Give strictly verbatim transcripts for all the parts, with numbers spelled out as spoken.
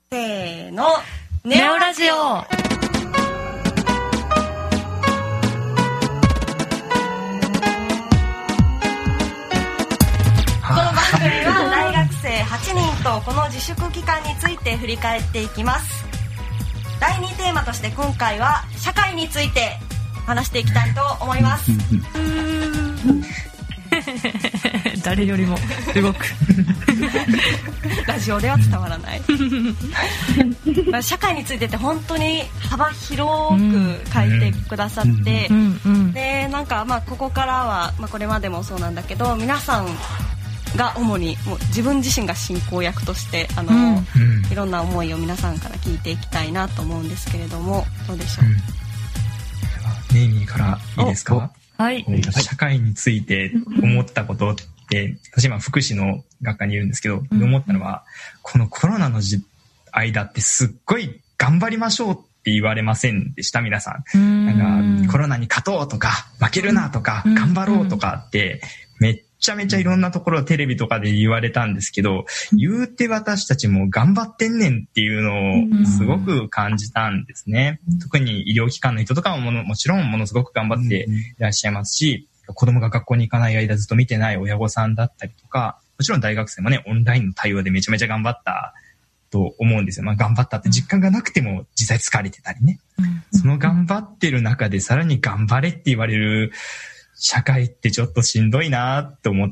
せーの、ネオラジオ。この番組は大学生はちにんとこの自粛期間について振り返っていきます。だいにテーマとして今回は社会について話していきたいと思います。 誰よりも動くラジオでは伝わらない社会についてって本当に幅広く書いてくださって、うんうん、でなんかまあここからは、まあ、これまでもそうなんだけど皆さんが主にもう自分自身が進行役としてあの、うん、いろんな思いを皆さんから聞いていきたいなと思うんですけれどもどうでしょう、 うん、ネイミーからいいですか。 はい、 社会について思ったことって私今福祉の学科にいるんですけど、うん、思ったのはこのコロナの間ってすっごい頑張りましょうって言われませんでした皆さん。うんなんかコロナに勝とうとか負けるなとか、うん、頑張ろうとかってめっちゃめちゃいろんなところテレビとかで言われたんですけど、言うて私たちも頑張ってんねんっていうのをすごく感じたんですね。特に医療機関の人とかも も, もちろんものすごく頑張っていらっしゃいますし、子供が学校に行かない間ずっと見てない親御さんだったりとか、もちろん大学生もねオンラインの対応でめちゃめちゃ頑張ったと思うんですよ。まあ頑張ったって実感がなくても実際疲れてたりね。その頑張ってる中でさらに頑張れって言われる社会ってちょっとしんどいなと思って、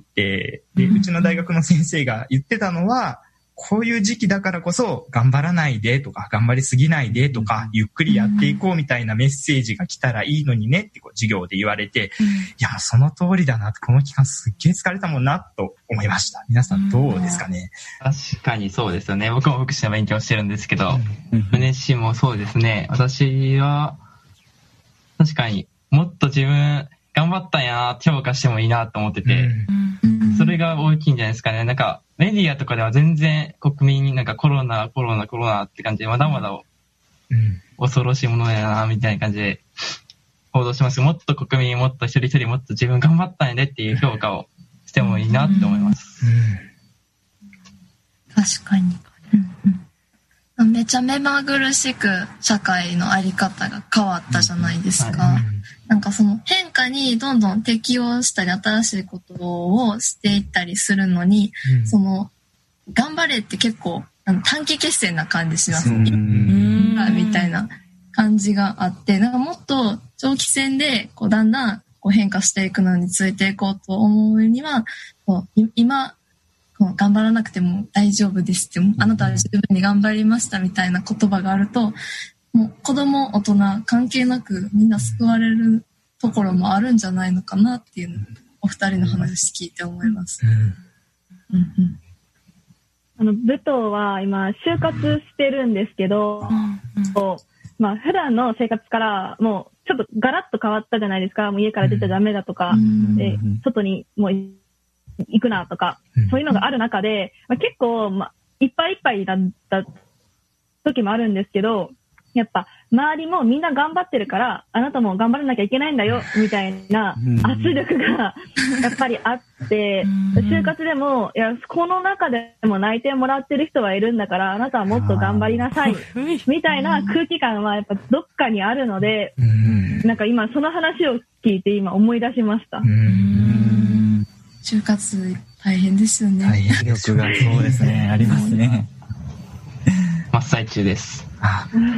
で、うちの大学の先生が言ってたのは、こういう時期だからこそ頑張らないでとか、頑張りすぎないでとか、ゆっくりやっていこうみたいなメッセージが来たらいいのにねってこう授業で言われて、いや、その通りだな、この期間すっげえ疲れたもんなと思いました。皆さんどうですかね。 確かにそうですよね。僕も福祉の勉強してるんですけど、船氏もそうですね。私は、確かにもっと自分、頑張ったんやなって評価してもいいなと思ってて、うん、それが大きいんじゃないですかね。なんかメディアとかでは全然国民になんかコロナコロナコロナって感じでまだまだ恐ろしいものやなみたいな感じで報道します。もっと国民もっと一人一人もっと自分頑張ったんやねっていう評価をしてもいいなって思います。うんうん、確かに、うん、めちゃ目まぐるしく社会の在り方が変わったじゃないですか。うんはいなんかその変化にどんどん適応したり新しいことをしていったりするのに、うん、その頑張れって結構短期決戦な感じしますね。みたいな感じがあって、なんかもっと長期戦でこうだんだんこう変化していくのについていこうと思うには、こう今こう頑張らなくても大丈夫ですって、あなたは十分に頑張りましたみたいな言葉があると。もう子供大人関係なくみんな救われるところもあるんじゃないのかなっていうのをお二人の話聞いて思います、うんうん、 あの武藤は今就活してるんですけど、うんまあ、普段の生活からもうちょっとガラッと変わったじゃないですか。もう家から出ちゃダメだとか、うん、で外にもう行くなとか、うん、そういうのがある中で、まあ、結構、まあ、いっぱいいっぱいだった時もあるんですけどやっぱ周りもみんな頑張ってるからあなたも頑張らなきゃいけないんだよみたいな圧力がやっぱりあって就活でもいやこの中でも内定もらってる人はいるんだからあなたはもっと頑張りなさいみたいな空気感はやっぱどっかにあるのでなんか今その話を聞いて今思い出しました。 うん就活大変ですよね。 大変力がそうですねありますね。 真っ最中です。 あ, うん、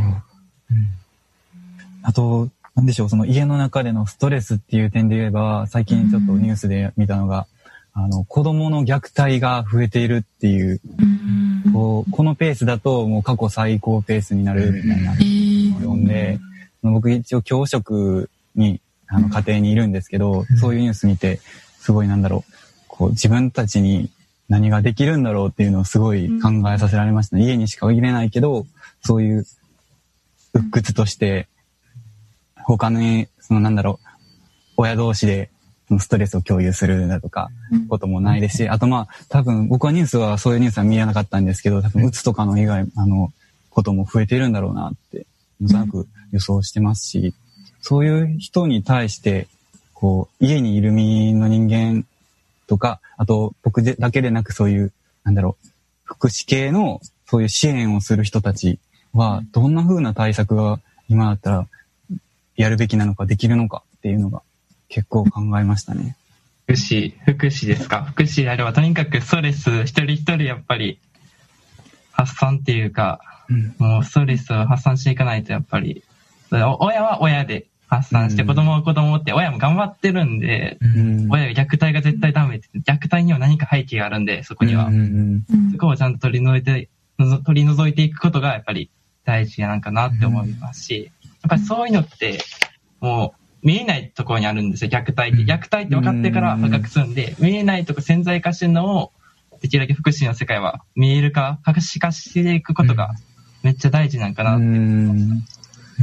あとなんでしょうその家の中でのストレスっていう点で言えば最近ちょっとニュースで見たのが、うん、あの子供の虐待が増えているっていう、うん、こうこのペースだともう過去最高ペースになるみたいなのを読んで、うん、僕一応教職にあの家庭にいるんですけど、うん、そういうニュース見てすごいなんだろうこう自分たちに何ができるんだろうっていうのをすごい考えさせられましたね、うん、家にしかいれないけどそういう鬱屈として他にそのなんだろう親同士でそのストレスを共有するだとかこともないですし、あとまあ多分僕はニュースはそういうニュースは見えなかったんですけど多分うつとかの以外あのことも増えているんだろうなってなんとなく予想してますし、そういう人に対してこう家にいる身の人間とかあと僕だけでなくそういうなんだろう福祉系のそういう支援をする人たちは、どんな風な対策が今だったらやるべきなのか、できるのかっていうのが結構考えましたね。 福祉、福祉ですか。福祉であれば、とにかくストレス、一人一人やっぱり発散っていうか、うん、もうストレスを発散していかないと、やっぱり、親は親で発散して、うん、子供は子供って親も頑張ってるんで、うん、親が虐待が絶対ダメって、虐待には何か背景があるんで、そこには。うん、そこをちゃんと取り除いて、取り除いていくことがやっぱり大事なんかなって思いますし、やっぱりそういうのって、もう、見えないところにあるんですよ、虐待って。虐待って分かってから発覚するんで、見えないとこ潜在化してるのを、できるだけ福祉の世界は見える化、可視化していくことがめっちゃ大事なんかなって思います。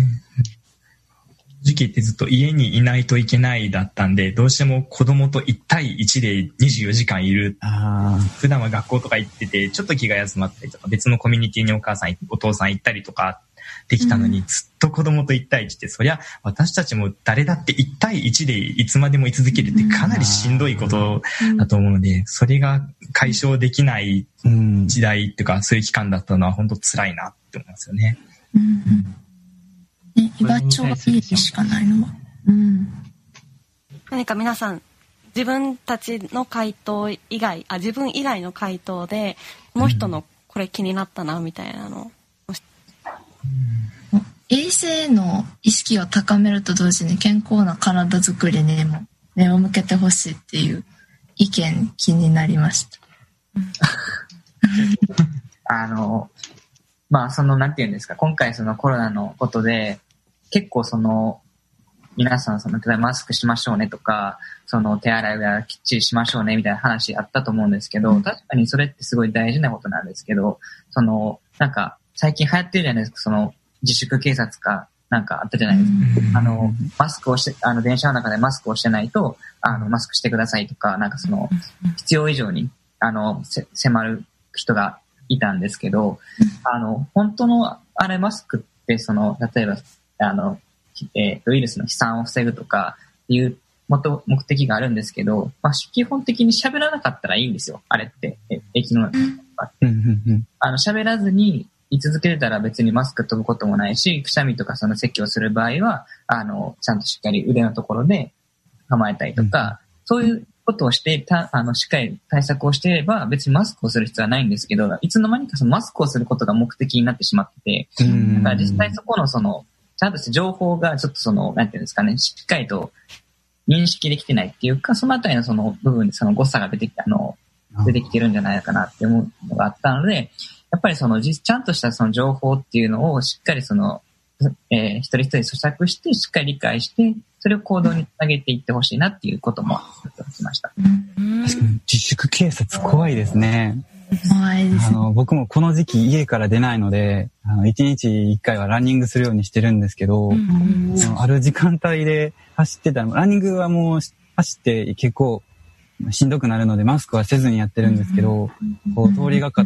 時期ってずっと家にいないといけないだったんで、どうしても子供といち対いちでにじゅうよじかんいる。普段は学校とか行ってて、ちょっと気が休まったりとか、別のコミュニティにお母さん、お父さん行ったりとか、できたのに、ずっと子供といち対いちって、そりゃ私たちも誰だっていち対いちでいつまでも居続けるってかなりしんどいことだと思うので、それが解消できない時代っていうか、そういう期間だったのは本当辛いなって思いますよね。うんうん、ね、居場所がいいしかないのは。うん、 何か皆さん、自分たちの回答以外、あ、自分以外の回答で、この人のこれ気になったなみたいなの。 衛生の意識を高めると同時に健康な体づくりにも目を向けてほしいっていう意見気になりました。 あの、まあそのなんていうんですか、今回そのコロナのことで結構その皆さんその例えばマスクしましょうねとか、その手洗いはきっちりしましょうねみたいな話あったと思うんですけど、確かにそれってすごい大事なことなんですけど、そのなんか最近流行ってるじゃないですか、その自粛警察かなんかあったじゃないですか。あの、マスクをして、あの、電車の中でマスクをしてないと、あの、マスクしてくださいとか、なんかその、必要以上に、あの、迫る人がいたんですけど、あの、本当の、あれマスクって、その、例えば、あの、えー、ウイルスの飛散を防ぐとか、いう元、目的があるんですけど、まあ、基本的に喋らなかったらいいんですよ、あれって。え駅の中とか。あの、喋らずに、居続けてたら別にマスク飛ぶこともないし、くしゃみとかその咳をする場合は、あの、ちゃんとしっかり腕のところで構えたりとか、うん、そういうことをしてた、あの、しっかり対策をしていれば別にマスクをする必要はないんですけど、いつの間にかそのマスクをすることが目的になってしまってて、うん、だから実際そこのその、ちゃんとした情報がちょっとその、なんていうんですかね、しっかりと認識できてないっていうか、そのあたりのその部分でその誤差が出てきた、あの、出てきてるんじゃないかなって思うのがあったので、やっぱりその、ちゃんとしたその情報っていうのをしっかりその、えー、一人一人咀嚼して、しっかり理解して、それを行動につなげていってほしいなっていうこともしました。確かに自粛警察怖いですね。 怖いですね。 あの、僕もこの時期家から出ないので、あの、一日一回はランニングするようにしてるんですけど、ある時間帯で走ってたら、ランニングはもう走って結構しんどくなるので、マスクはせずにやってるんですけど、こう通りがかった、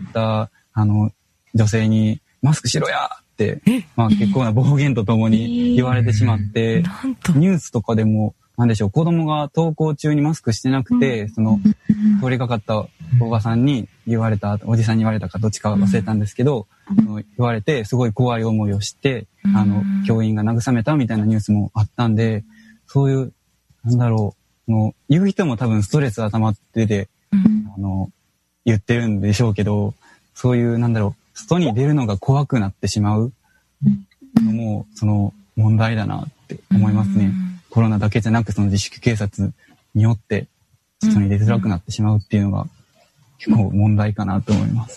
あの、女性に、マスクしろやって、まあ結構な暴言とともに言われてしまって、ニュースとかでも、なんでしょう、子供が登校中にマスクしてなくて、その、通りかかったおばさんに言われた、おじさんに言われたかどっちか忘れたんですけど、言われて、すごい怖い思いをして、あの、教員が慰めたみたいなニュースもあったんで、そういう、なんだろう、もう、言う人も多分ストレスが溜まってて、あの、言ってるんでしょうけど、そういう、なんだろう、外に出るのが怖くなってしまうのも、その問題だなって思いますね。コロナだけじゃなく、その自粛警察によって、外に出づらくなってしまうっていうのが、結構問題かなと思います。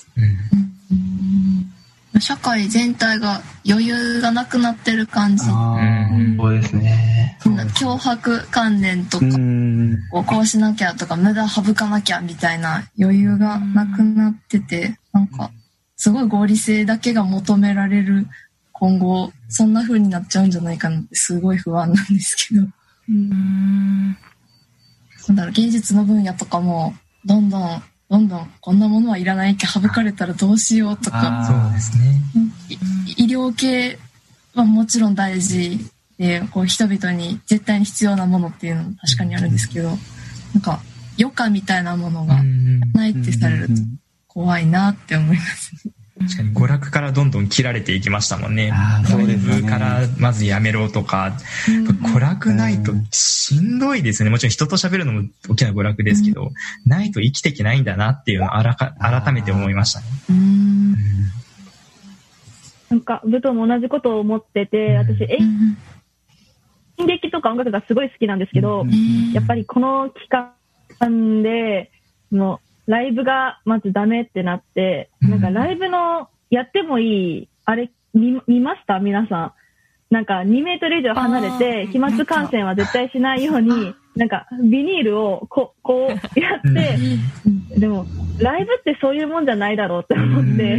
社会全体が余裕がなくなってる感じ。 そうですね。 そんな脅迫観念とか、こう、こうしなきゃとか、無駄省かなきゃみたいな余裕がなくなってて、なんか、すごい合理性だけが求められる今後、そんな風になっちゃうんじゃないかなってすごい不安なんですけど。うーん。なんだろう、芸術の分野とかも、どんどん、どんどんこんなものはいらないけ省かれたらどうしようとか。 そうですね。 医療系はもちろん大事で、こう人々に絶対に必要なものっていうのも確かにあるんですけど、なんか余暇みたいなものがないってされると怖いなって思います。 確かに娯楽からどんどん切られていきましたもんね。 あー、そうですね。 ライブからまずやめろとか、娯楽ないとしんどいですね。もちろん人と喋るのも大きな娯楽ですけど、ないと生きていけないんだなっていうのをあらか改めて思いましたね。 うんなんか武藤も同じことを思ってて、私演劇とか音楽がすごい好きなんですけど、やっぱりこの期間でのライブがまずダメってなって、なんかライブのやってもいいあれ 見, 見ました皆さん。なんかにメートル以上離れて飛沫感染は絶対しないようになんかビニールをここうやってでもライブってそういうもんじゃないだろうって思って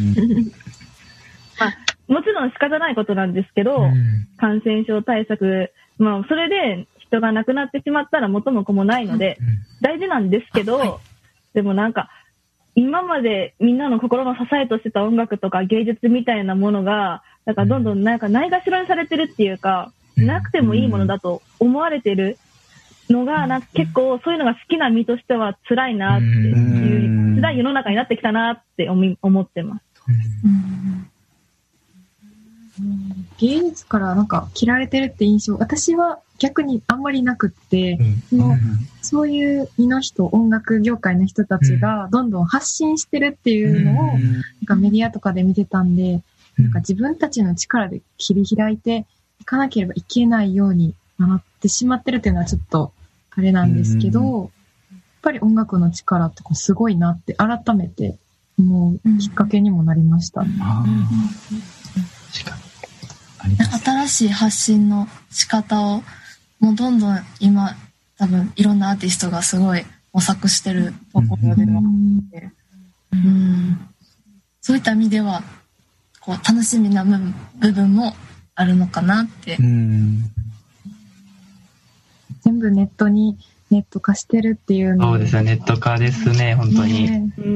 まあもちろん仕方ないことなんですけど、感染症対策、まあそれで人が亡くなってしまったら元も子もないので大事なんですけど、でもなんか今までみんなの心の支えとしてた音楽とか芸術みたいなものがなんかどんどんなんかないがしろにされてるっていうか、なくてもいいものだと思われてるのがなんか結構そういうのが好きな身としては辛いなっていう辛い世の中になってきたなって思ってます。 芸術からなんか切られてるって印象、私は逆にあんまりなくって、うん、もうそういう身の人、音楽業界の人たちがどんどん発信してるっていうのを、なんかメディアとかで見てたんで、なんか自分たちの力で切り開いていかなければいけないようになってしまってるっていうのはちょっとあれなんですけど、やっぱり音楽の力ってこうすごいなって改めて思うきっかけにもなりましたね。 新しい発信の仕方をもうどんどん今多分いろんなアーティストがすごい模索してるところではあって、うん、そういった意味ではこう楽しみな部分もあるのかなって。うん、 全部ネットにネット化してるっていうの。 そうですよ、ネット化ですね、本当に。 ねうん、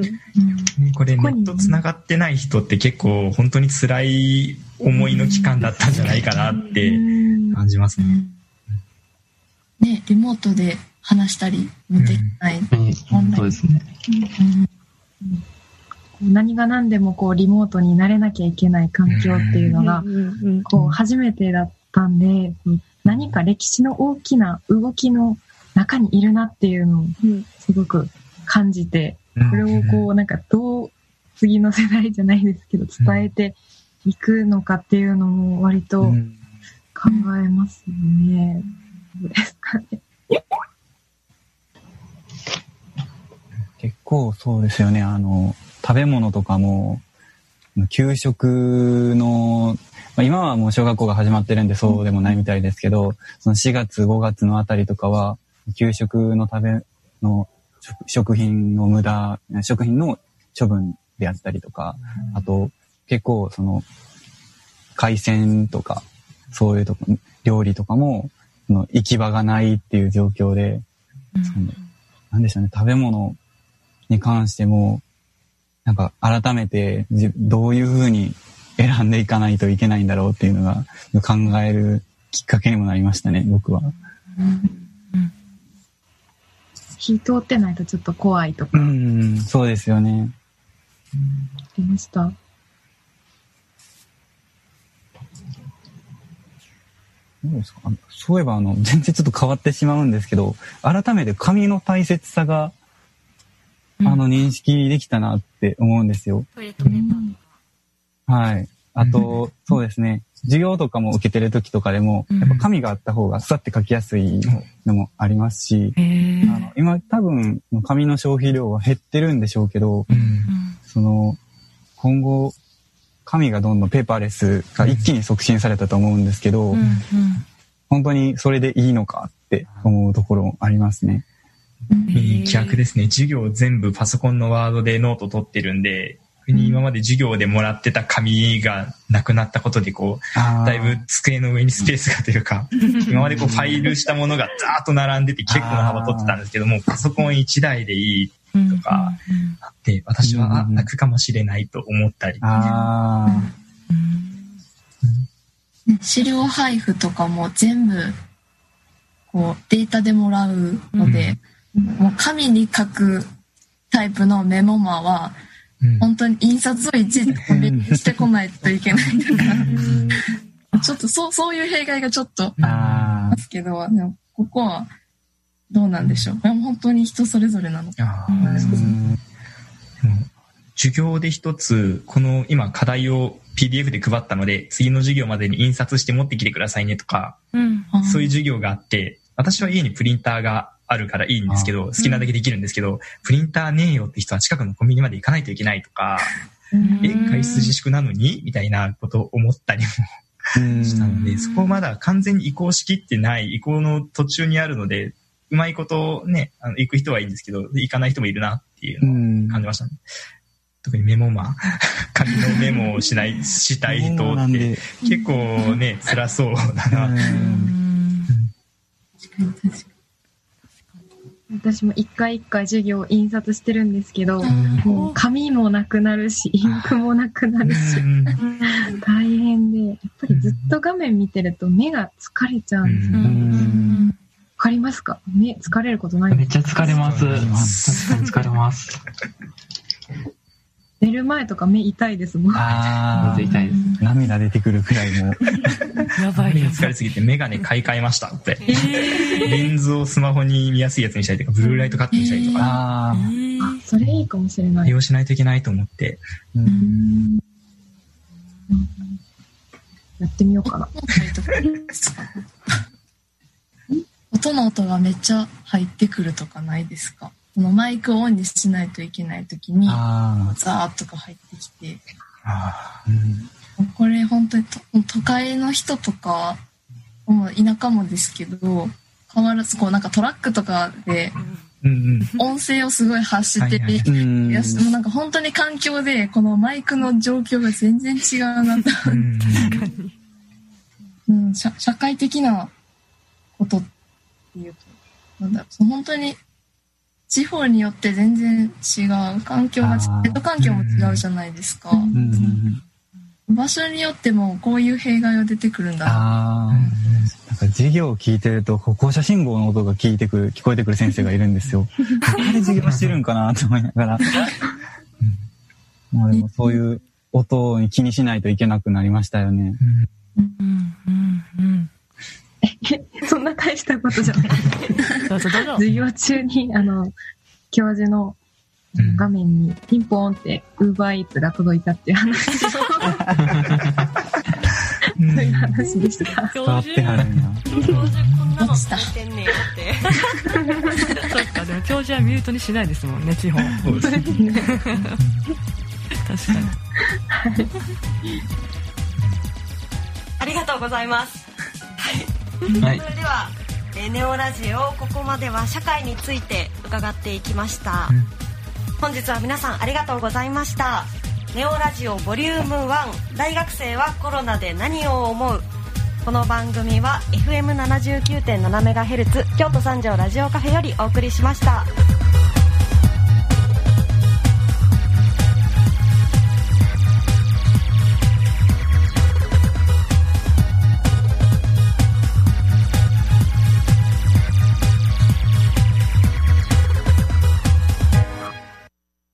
これネットつながってない人って結構本当に辛い思いの期間だったんじゃないかなって感じますね。 うん、ね、リモートで話したりもできない。 うん、そうですね。 うん、何が何でもこうリモートになれなきゃいけない環境っていうのがこう初めてだったんで、何か歴史の大きな動きの中にいるなっていうのをすごく感じて、これをこうなんかどう次の世代じゃないですけど伝えていくのかっていうのも割と考えますよね。どうですかね。 結構そうですよね。あの食べ物とかも給食の、まあ、今はもう小学校が始まってるんでそうでもないみたいですけど、そのしがつごがつのあたりとかは給食の食べの食品の無駄食品の処分であったりとか、あと結構その海鮮とかそういうとこ料理とかもその行き場がないっていう状況で、うん、そのなんでしょうね、食べ物に関してもなんか改めてどういうふうに選んでいかないといけないんだろうっていうのが考えるきっかけにもなりましたね、僕は。うん火通ってないとちょっと怖いとか。 うん、そうですよね。 出ました。 どうですか？そういえばあの全然ちょっと変わってしまうんですけど、改めて紙の大切さが、うん、あの認識できたなって思うんですよ。うん、はい。あと、うん、そうですね。授業とかも受けてる時とかでも、やっぱ紙があった方がさって書きやすいのもありますし、うん、あの今多分紙の消費量は減ってるんでしょうけど、うん、その今後紙がどんどんペーパーレスが一気に促進されたと思うんですけど、うんうん、本当にそれでいいのかって思うところもありますね。 逆ですね。授業全部パソコンのワードでノート取ってるんで、今まで授業でもらってた紙がなくなったことでこうだいぶ机の上にスペースがというか今までこうファイルしたものがザーッと並んでて結構な幅取ってたんですけども、パソコンいちだいでいいとかあって私は泣くかもしれないと思ったり、あ、 うん、資料配布とかも全部こうデータでもらうので、うん、もう紙に書くタイプのメモマは本当に印刷をいちいちコピーしてこないといけないとか、ちょっとそう、そういう弊害がちょっとありますけど、でもここはどうなんでしょう。本当に人それぞれなのか。 授業で一つ、この今課題を ピーディーエフ で配ったので、次の授業までに印刷して持ってきてくださいねとか、うん、そういう授業があって、私は家にプリンターがあるからいいんですけど、好きなだけできるんですけど、プリンターねえよって人は近くのコンビニまで行かないといけないとか、え、外出自粛なのにみたいなことを思ったりもしたので、そこまだ完全に移行しきってない、移行の途中にあるので、うまいことね、あの行く人はいいんですけど、行かない人もいるなっていうのを感じましたね。特にメモマン、紙のメモをしない、したい人って結構ね、辛そうだな。 私も一回一回授業を印刷してるんですけど、うん、もう紙もなくなるし、インクもなくなるし、大変で、やっぱりずっと画面見てると目が疲れちゃうんですよね。わかりますか？目疲れることないですか？めっちゃ疲れます。確かに疲れます。 寝る前とか目痛いですもん。 ああ、痛いです。涙出てくるくらいも。 やばい。疲れすぎてメガネ買い替えましたって。えー、レンズをスマホに見やすいやつにしたりとか、ブルーライトカットにしたりとか。 ああ、それいいかもしれない。 利用しないといけないと思って。うん、 やってみようかな。 音の音がめっちゃ入ってくるとかないですか？このマイクをオンにしないといけないときにザーッとか入ってきて、あ、うん、これ本当に都会の人とかもう田舎もですけど変わらずこうなんかトラックとかで音声をすごい発してて、はいはい、いやもうなんか本当に環境でこのマイクの状況が全然違うなと、うん、社, 社会的なことっていうとなんだろう、本当に地方によって全然違う環境が、ネット環境も違うじゃないですか、うんうん、場所によってもこういう弊害が出てくるんだな。 あ、うん、なんか授業を聞いてると歩行者信号の音が聞いてくる聞こえてくる先生がいるんですよ。あれ授業してるんかなと思いながら、うん、まあでもそういう音に気にしないといけなくなりましたよね。うんうんうんうんそんな大したことじゃない。授業中にあの教授の画面にピンポーンってウーバーイーツが届いたっていう話をそういう話でした。 伝わってはるんや。 教授こんなのしてんねんって。 そっか、でも教授はミュートにしないですもんね、基本。確かに。 ありがとうございます。 はい、 それでは、えー、ネオラジオここまでは社会について伺っていきました、うん、本日は皆さんありがとうございました。ネオラジオボリュームワン、大学生はコロナで何を思う。この番組は エフエムななじゅうきゅうてんななメガヘルツ 京都三条ラジオカフェよりお送りしました。